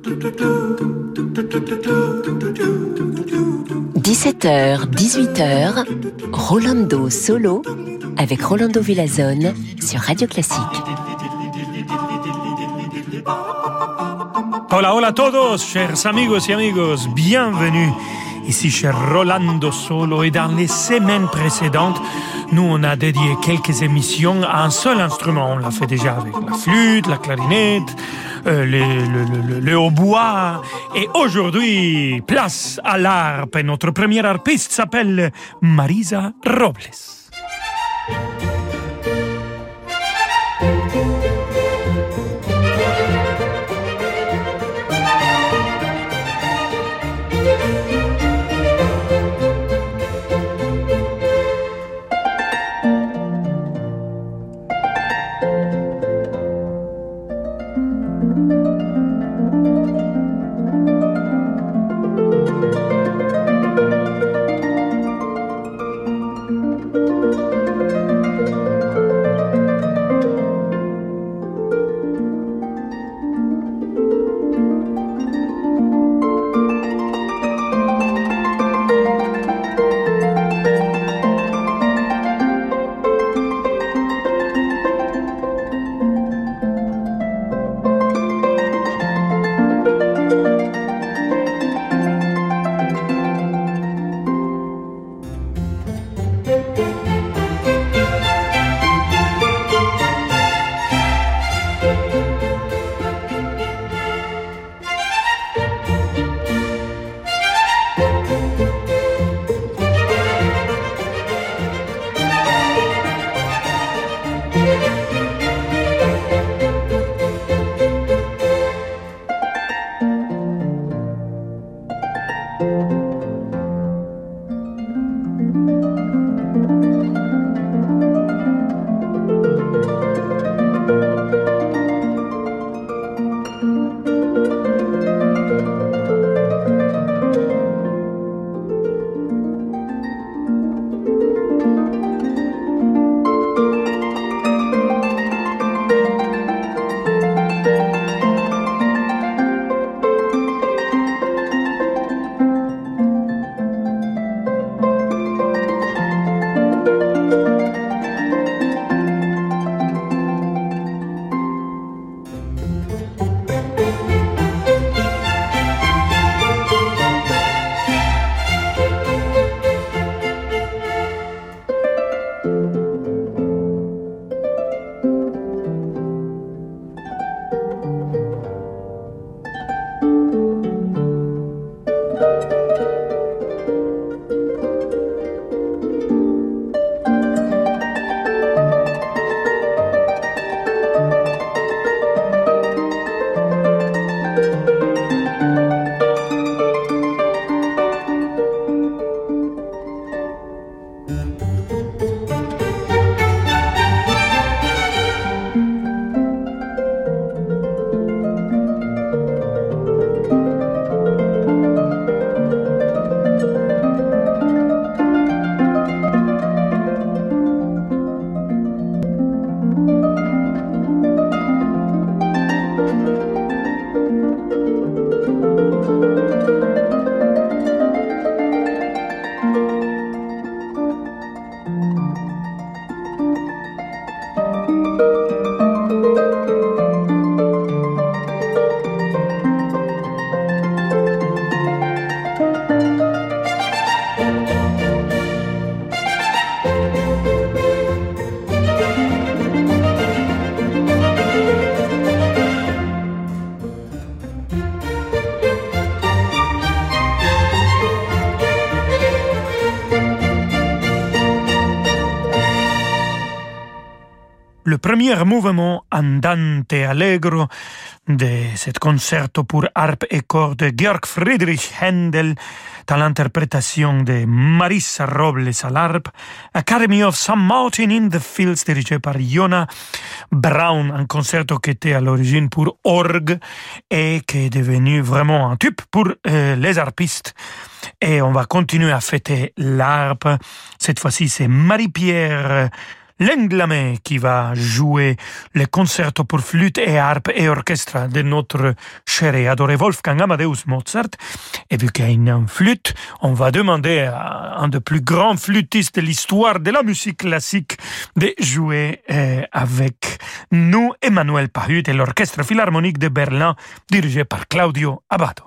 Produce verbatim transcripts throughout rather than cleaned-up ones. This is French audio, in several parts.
dix-sept heures, dix-huit heures, Rolando Solo avec Rolando Villazone sur Radio Classique. Hola, hola a todos, chers amigos y amigos, bienvenue ici chez Rolando Solo. Et dans les semaines précédentes, nous on a dédié quelques émissions à un seul instrument. On l'a fait déjà avec la flûte, la clarinette, euh, le, le, le, le hautbois. Et aujourd'hui, place à l'harpe. Et notre première harpiste s'appelle Marisa Robles. Le premier mouvement andante allegro de ce concerto pour harpe et cordes de Georg Friedrich Händel dans l'interprétation de Marisa Robles à l'harpe, Academy of Saint Martin in the Fields dirigé par Yona Braun, un concerto qui était à l'origine pour orgue et qui est devenu vraiment un tube pour euh, les harpistes. Et on va continuer à fêter l'harpe. Cette fois-ci, c'est Marie-Pierre Lenglamé qui va jouer le concerto pour flûte et harpe et orchestre de notre cher et adoré Wolfgang Amadeus Mozart. Et vu qu'il y a une flûte, on va demander à un des plus grands flûtistes de l'histoire de la musique classique de jouer euh, avec nous, Emmanuel Pahut et l'Orchestre Philharmonique de Berlin, dirigé par Claudio Abbado.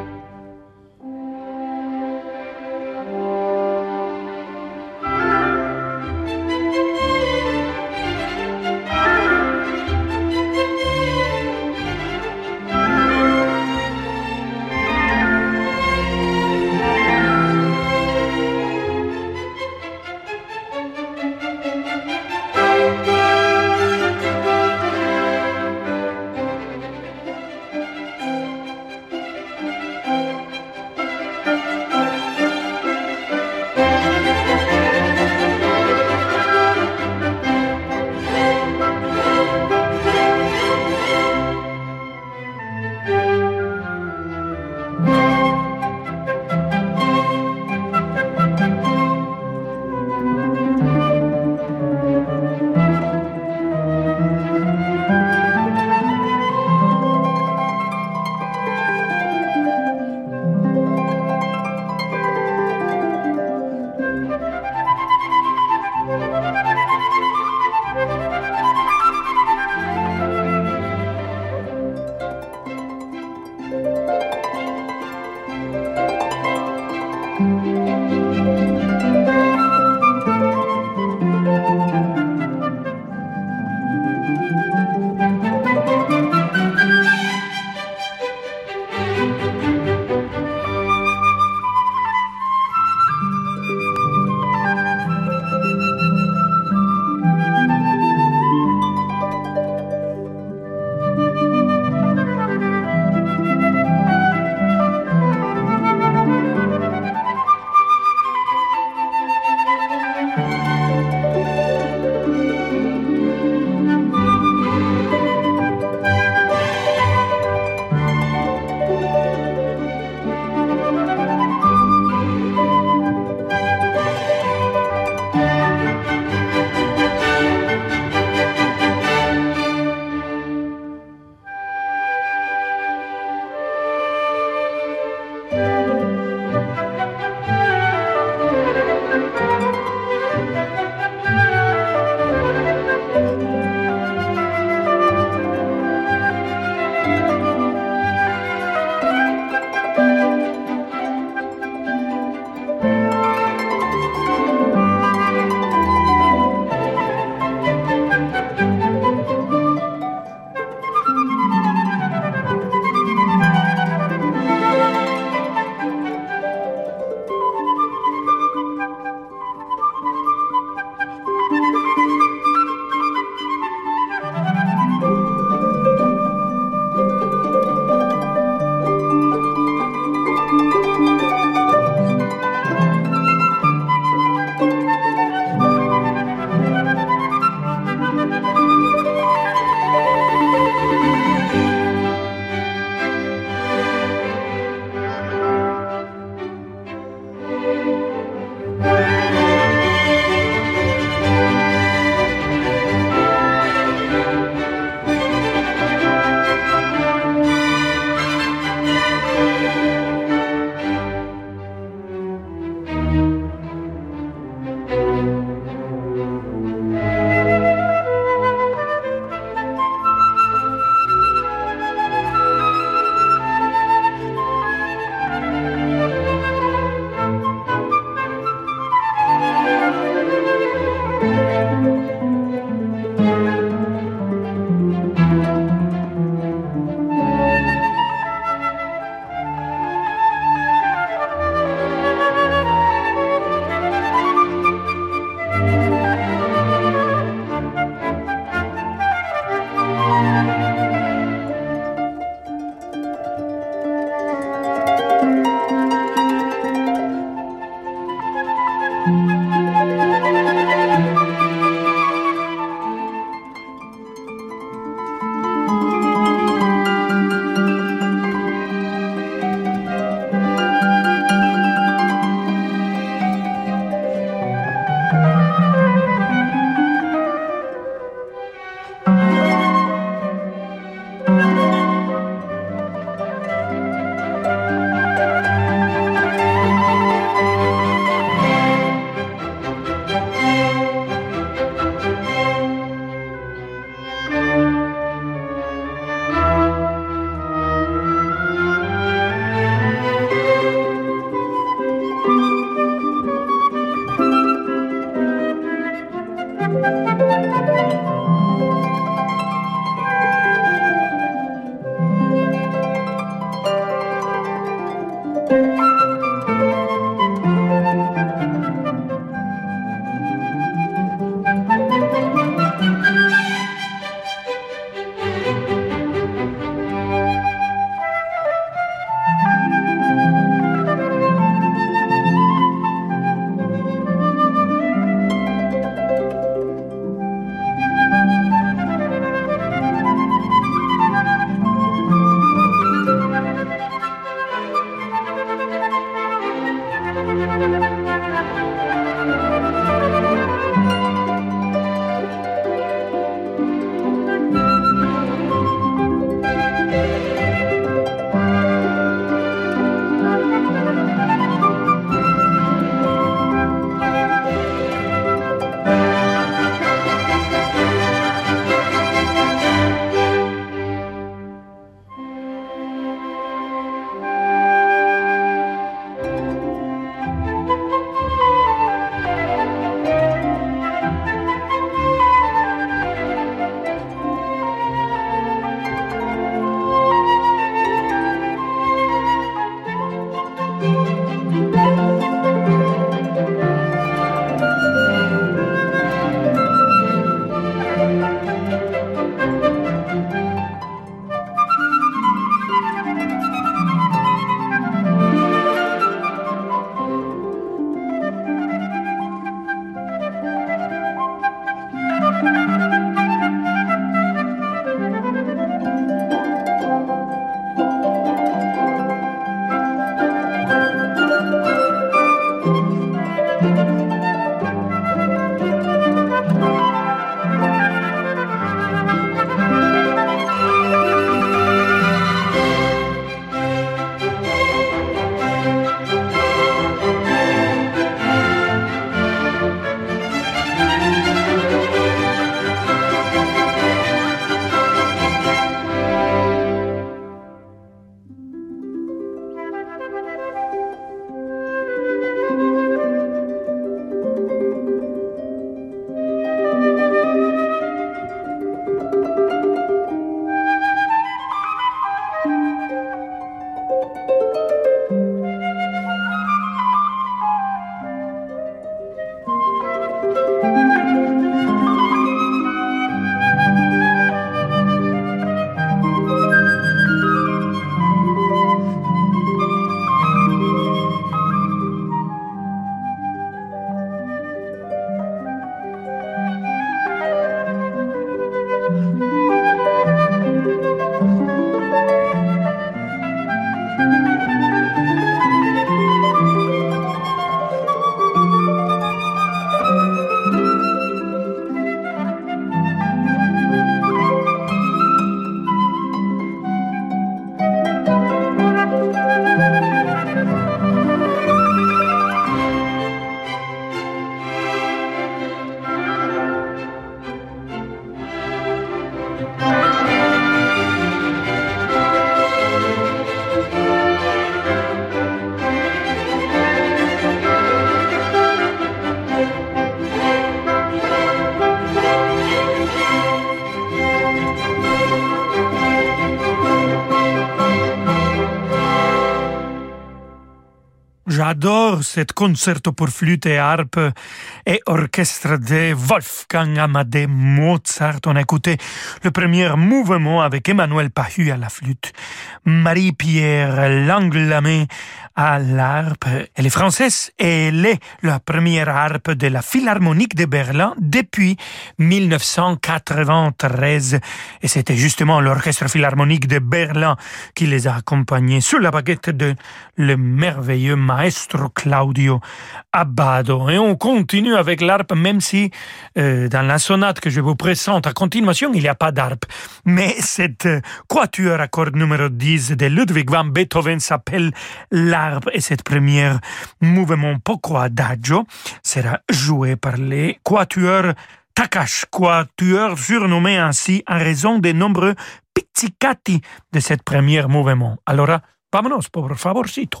j'adore cet concerto pour flûte et harpe et orchestre de Wolfgang Amadeus Mozart. On a écouté le premier mouvement avec Emmanuel Pahud à la flûte, Marie-Pierre Langlamé à l'harpe. Elle est française et elle est la première harpe de la Philharmonique de Berlin depuis mille neuf cent quatre-vingt-treize. Et c'était justement l'orchestre philharmonique de Berlin qui les a accompagnés sur la baguette de le merveilleux maestro Claudio Abbado. Et on continue avec l'harpe, même si euh, dans la sonate que je vous présente à continuation, il n'y a pas d'harpe. Mais cette euh, quatuor à cordes numéro dix de Ludwig van Beethoven s'appelle l'harpe. Et cette première mouvement poco adagio sera joué par les quatuors Takacs, quatuor surnommé ainsi en raison des nombreux pizzicati de cette première mouvement. Allora, vámonos, por favorcito.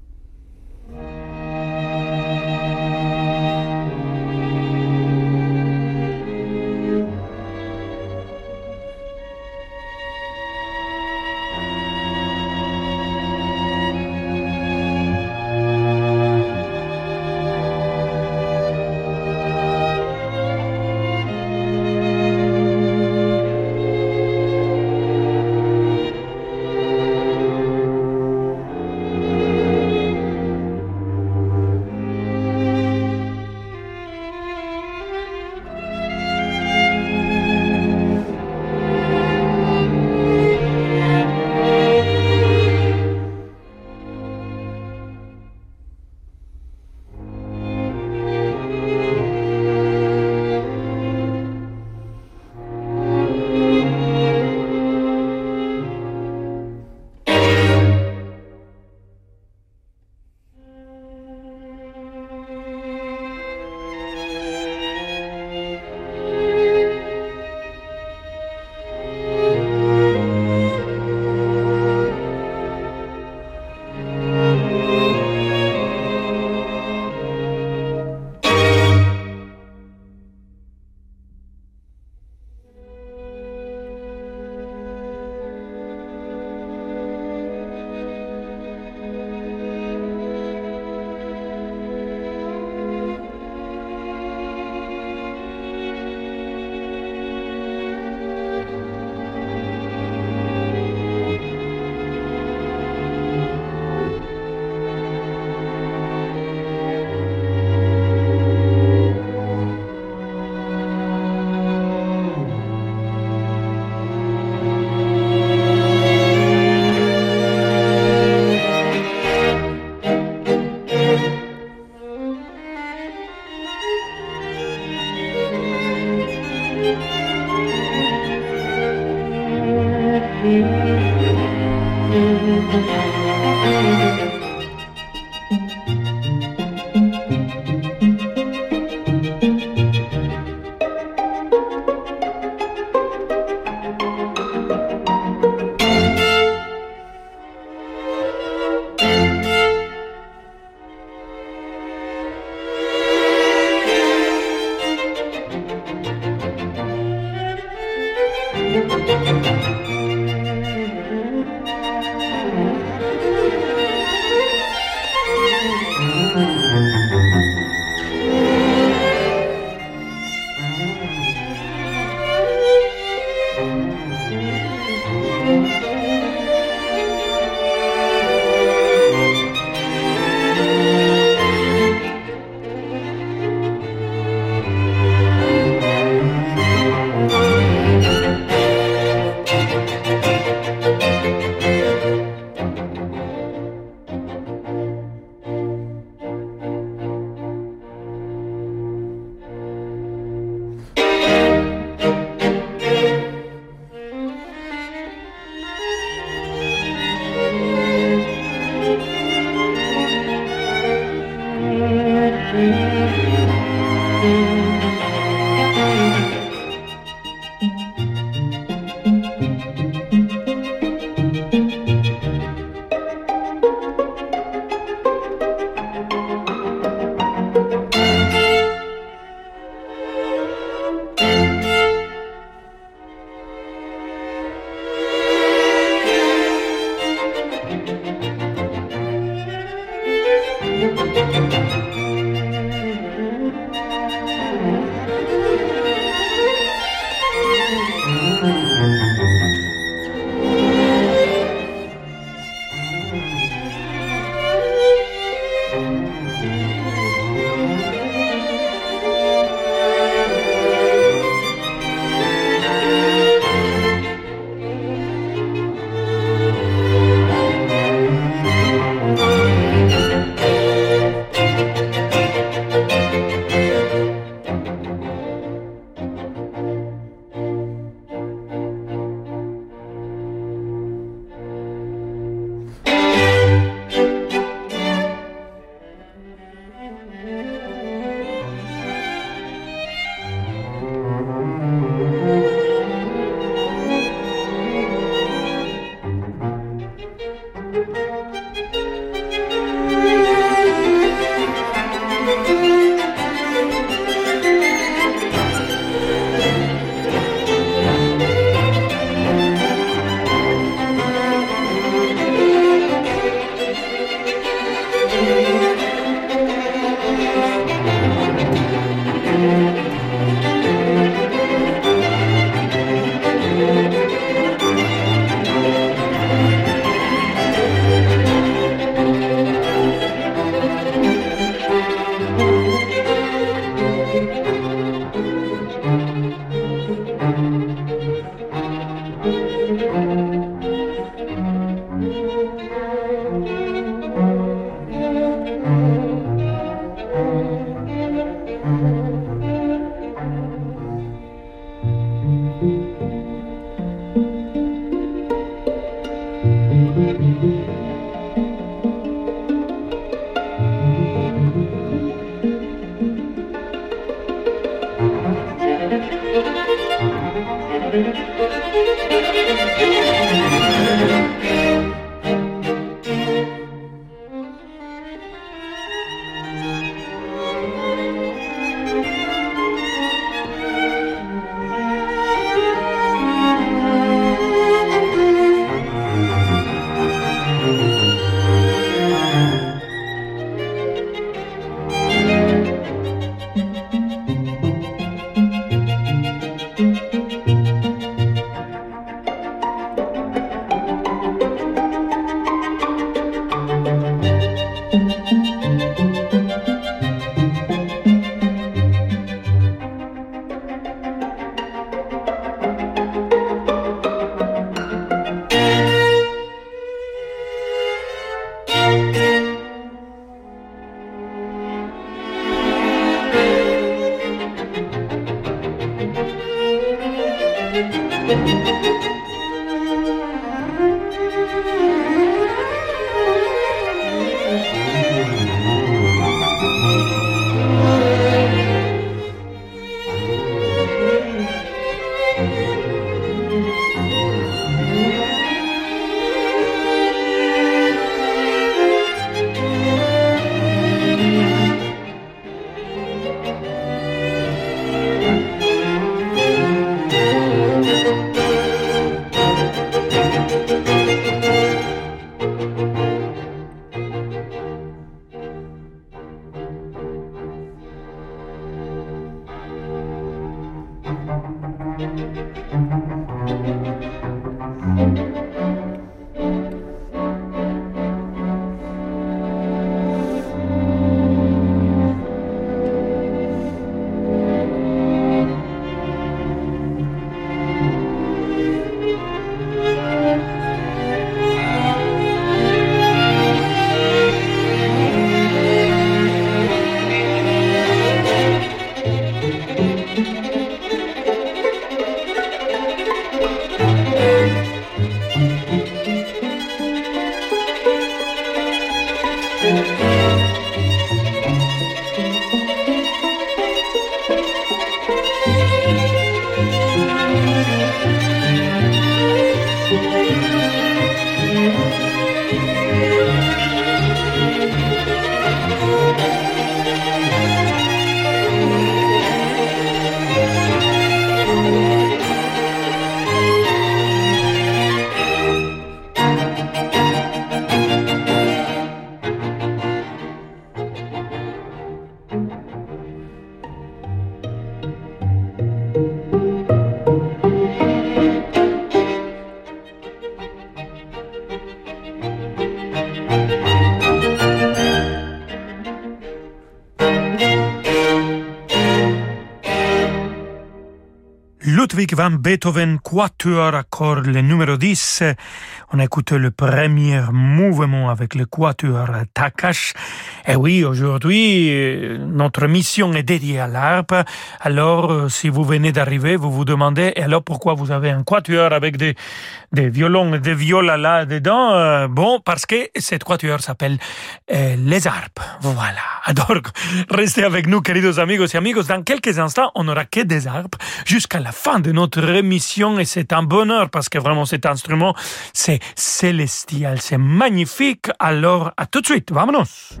Ludwig van Beethoven, quatuor à cordes, le numéro dix. On a écouté le premier mouvement avec le quatuor Takács. Et oui, aujourd'hui, notre mission est dédiée à l'harpe. Alors, si vous venez d'arriver, vous vous demandez, et alors pourquoi vous avez un quatuor avec des, des violons et des violas là-dedans? euh, Bon, parce que cette quatuor s'appelle euh, les harpes. Voilà. Alors, restez avec nous, queridos amigos et amigos. Dans quelques instants, on n'aura que des harpes jusqu'à la fin de notre émission et c'est un bonheur parce que vraiment cet instrument, c'est célestial, c'est magnifique. Alors, à tout de suite. Vamonos.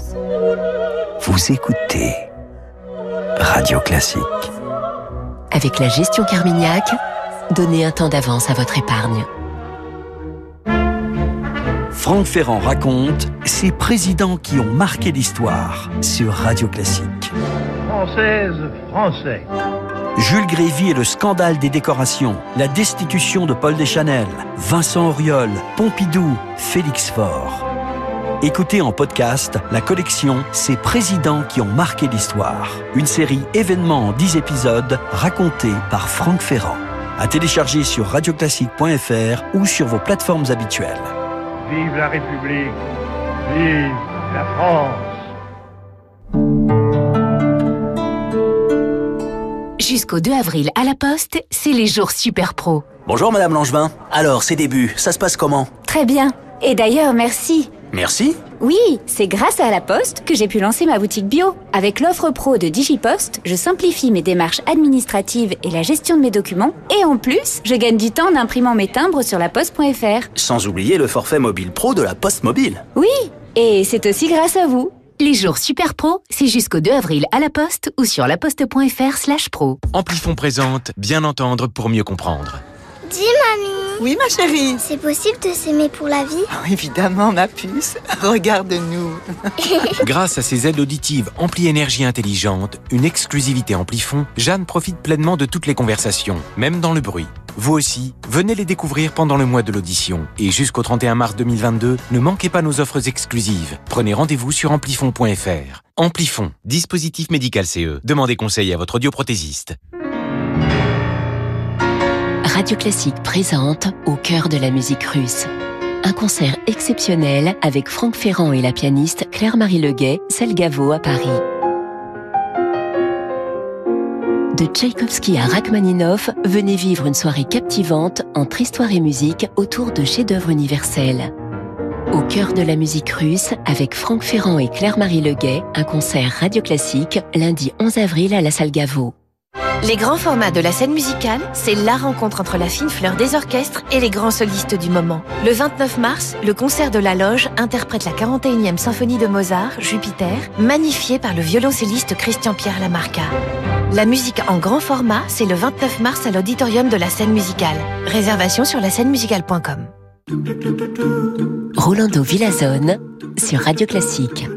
Vous écoutez Radio Classique. Avec la gestion Carmignac, donnez un temps d'avance à votre épargne. Franck Ferrand raconte ces présidents qui ont marqué l'histoire sur Radio Classique. Française, Français. Jules Grévy et le scandale des décorations, la destitution de Paul Deschanel, Vincent Auriol, Pompidou, Félix Faure. Écoutez en podcast la collection Ces présidents qui ont marqué l'histoire. Une série événements en dix épisodes racontée par Franck Ferrand. À télécharger sur radioclassique point f r ou sur vos plateformes habituelles. Vive la République, vive la France. Jusqu'au deux avril à la Poste, c'est les jours super pro. Bonjour Madame Langevin. Alors, ces débuts, ça se passe comment? Très bien. Et d'ailleurs, merci. Merci. Oui, c'est grâce à la Poste que j'ai pu lancer ma boutique bio. Avec l'offre pro de DigiPost, je simplifie mes démarches administratives et la gestion de mes documents. Et en plus, je gagne du temps en imprimant mes timbres sur la poste point f r. Sans oublier le forfait mobile pro de la Poste Mobile. Oui, et c'est aussi grâce à vous. Les jours super pro, c'est jusqu'au deux avril à la Poste ou sur laposte.fr slash pro. Amplifon présente Bien entendre pour mieux comprendre. Dis mamie. Oui ma chérie. C'est possible de s'aimer pour la vie? Oh, évidemment ma puce, regarde-nous. Grâce à ses aides auditives Ampli Énergie Intelligente, une exclusivité Amplifon, Jeanne profite pleinement de toutes les conversations, même dans le bruit. Vous aussi, venez les découvrir pendant le mois de l'audition. Et jusqu'au trente et un mars deux mille vingt-deux, ne manquez pas nos offres exclusives. Prenez rendez-vous sur amplifon point f r. Amplifon, dispositif médical C E. Demandez conseil à votre audioprothésiste. Radio Classique présente Au cœur de la musique russe. Un concert exceptionnel avec Franck Ferrand et la pianiste Claire-Marie Leguet, Salgavo à Paris. De Tchaïkovski à Rachmaninov, venez vivre une soirée captivante entre histoire et musique autour de chefs-d'œuvre universels. Au cœur de la musique russe, avec Franck Ferrand et Claire-Marie Leguet, un concert Radio Classique, lundi onze avril à la Salgavo. Les grands formats de la scène musicale, c'est la rencontre entre la fine fleur des orchestres et les grands solistes du moment. Le vingt-neuf mars, le concert de la Loge interprète la quarante et unième symphonie de Mozart, Jupiter, magnifiée par le violoncelliste Christian-Pierre Lamarca. La musique en grand format, c'est le vingt-neuf mars à l'auditorium de la scène musicale. Réservation sur la scène musicale point com. Rolando Villazone sur Radio Classique.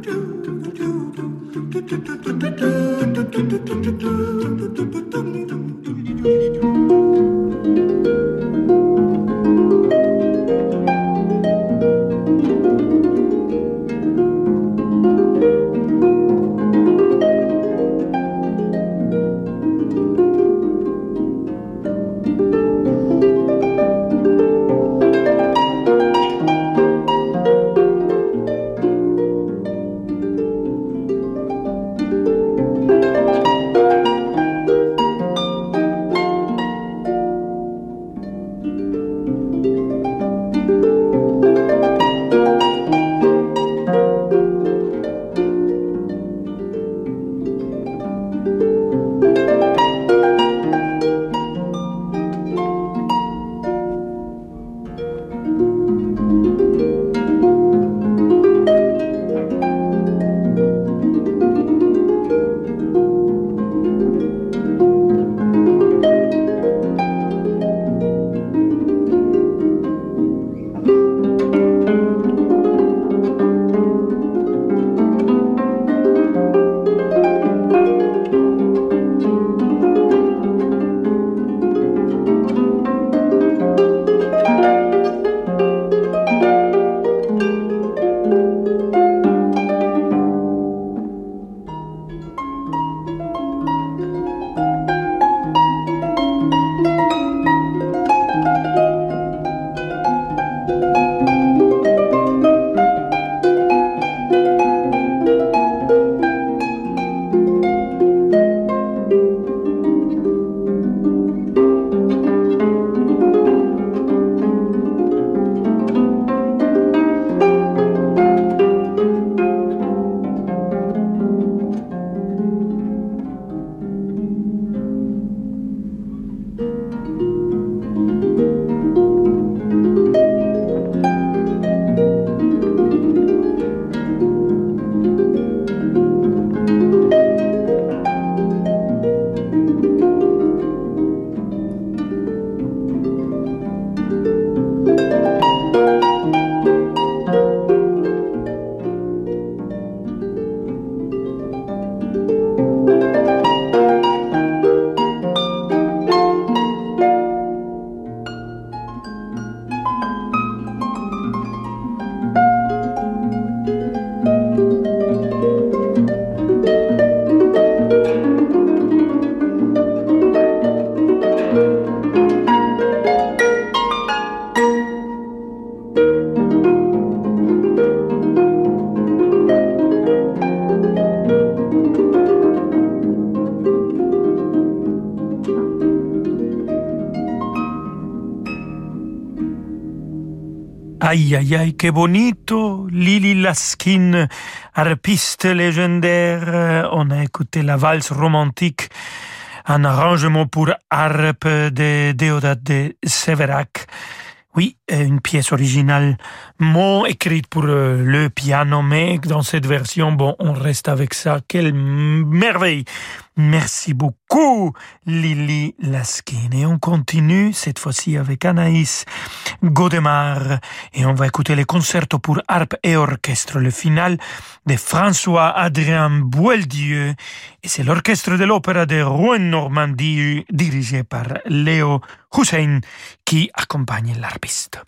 Aïe, aïe, aïe, que bonito, Lily Laskin, harpiste légendaire. On a écouté la valse romantique, un arrangement pour harpe de Déodat de Séverac. Oui, une pièce originale, mot écrite pour le piano, mais dans cette version, bon, on reste avec ça. Quelle merveille! Merci beaucoup, Lily Laskin. Et on continue, cette fois-ci avec Anaïs Godemar. Et on va écouter les concertos pour harpe et orchestre, le final de François-Adrien Boieldieu. Et c'est l'orchestre de l'Opéra de Rouen-Normandie, dirigé par Léo Hussein, qui accompagne l'harpiste.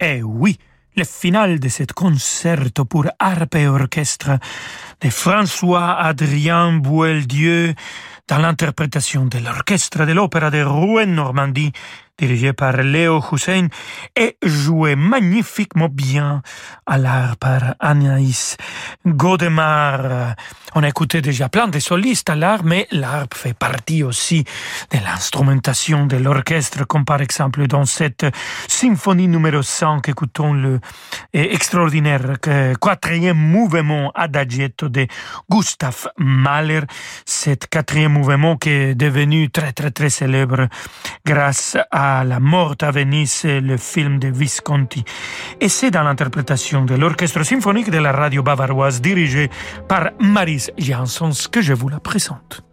Eh oui, le final de ce concerto pour harpe et orchestre de François-Adrien Boieldieu dans l'interprétation de l'orchestre de l'Opéra de Rouen-Normandie dirigé par Léo Hussein et joué magnifiquement bien à l'art par Anaïs Godemar. On a écouté déjà plein de solistes à l'art, mais l'harpe fait partie aussi de l'instrumentation de l'orchestre, comme par exemple dans cette symphonie numéro cinq, écoutons le extraordinaire quatrième mouvement adagietto de Gustav Mahler, cet quatrième mouvement qui est devenu très très très célèbre grâce à La mort à Venise, le film de Visconti. Et c'est dans l'interprétation de l'orchestre symphonique de la radio bavaroise dirigé par Maris Janssons que je vous la présente.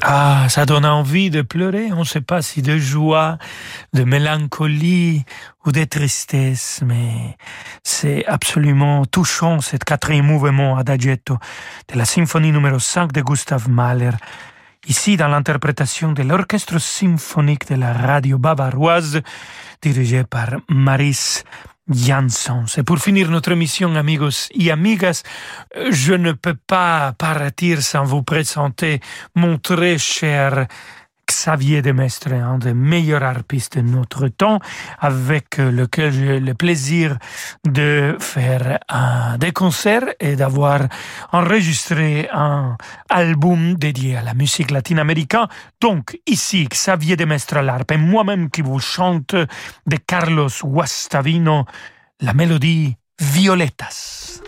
Ah, ça donne envie de pleurer. On ne sait pas si de joie, de mélancolie ou de tristesse, mais c'est absolument touchant, cet quatrième mouvement adagietto de la symphonie numéro cinq de Gustav Mahler. Ici, dans l'interprétation de l'orchestre symphonique de la radio bavaroise, dirigé par Maris Jansson. Et pour finir notre émission, amigos et amigas, je ne peux pas partir sans vous présenter mon très cher Xavier Demestre, un des meilleurs harpistes de notre temps, avec lequel j'ai le plaisir de faire un, des concerts et d'avoir enregistré un album dédié à la musique latino-américaine. Donc, ici, Xavier Demestre à l'harpe et moi-même qui vous chante de Carlos Guastavino la mélodie Violetas.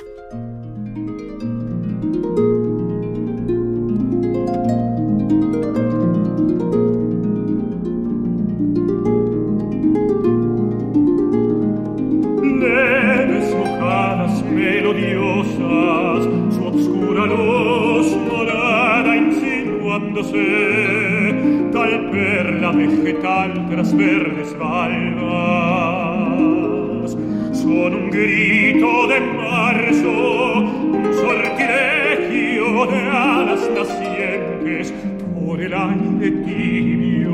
Melodiosas, su obscura luz morada insinuándose, tal perla vegetal tras verdes valvas. Son un grito de marzo, un sortilegio de alas nacientes por el aire tibio.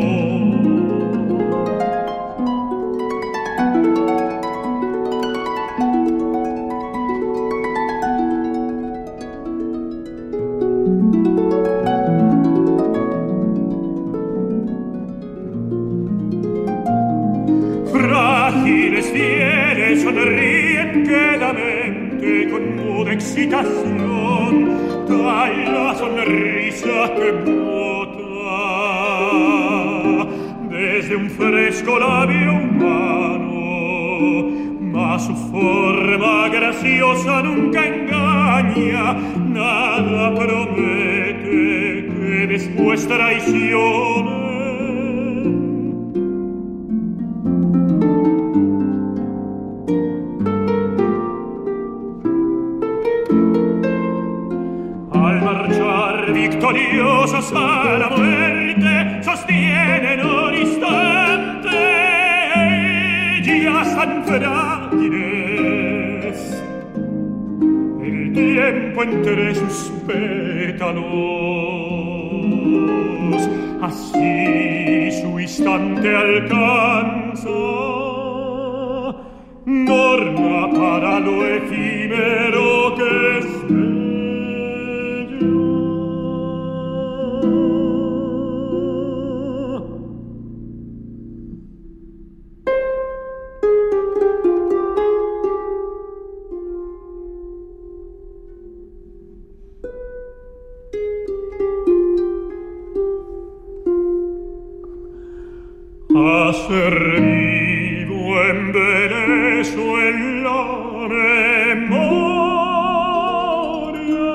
Sonríen quedamente con muda excitación, tal la sonrisa que brota desde un fresco labio humano, mas su forma graciosa nunca engaña, nada promete que después traicione. Victoriosos a la muerte, sostienen un instante ellas tan frágiles, el tiempo entre sus pétalos, así su instante alcanza, norma para lo efímero que es bello. Ha servido en Venezuela memoria.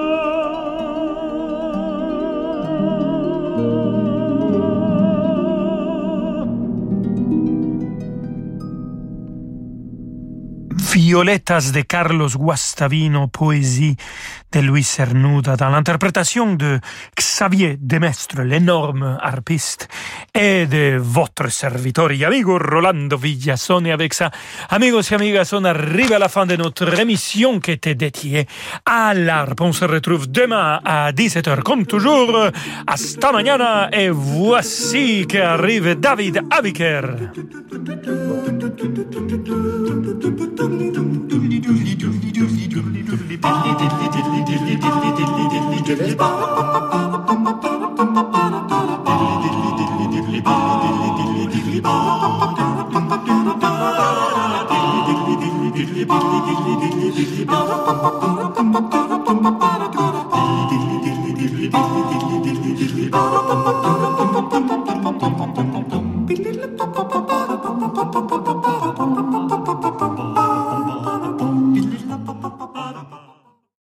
Violetas de Carlos Guastavino, poésie de Luis Cernuda, dans l'interprétation de Xavier Demestre, l'énorme harpiste, et de votre serviteur et amigo Rolando Villazón. Et avec ça, amigos et amigas, on arrive à la fin de notre émission qui était dédiée à l'harpe. On se retrouve demain à dix-sept heures comme toujours. Hasta mañana, et voici qu'arrive David Abiker. Ba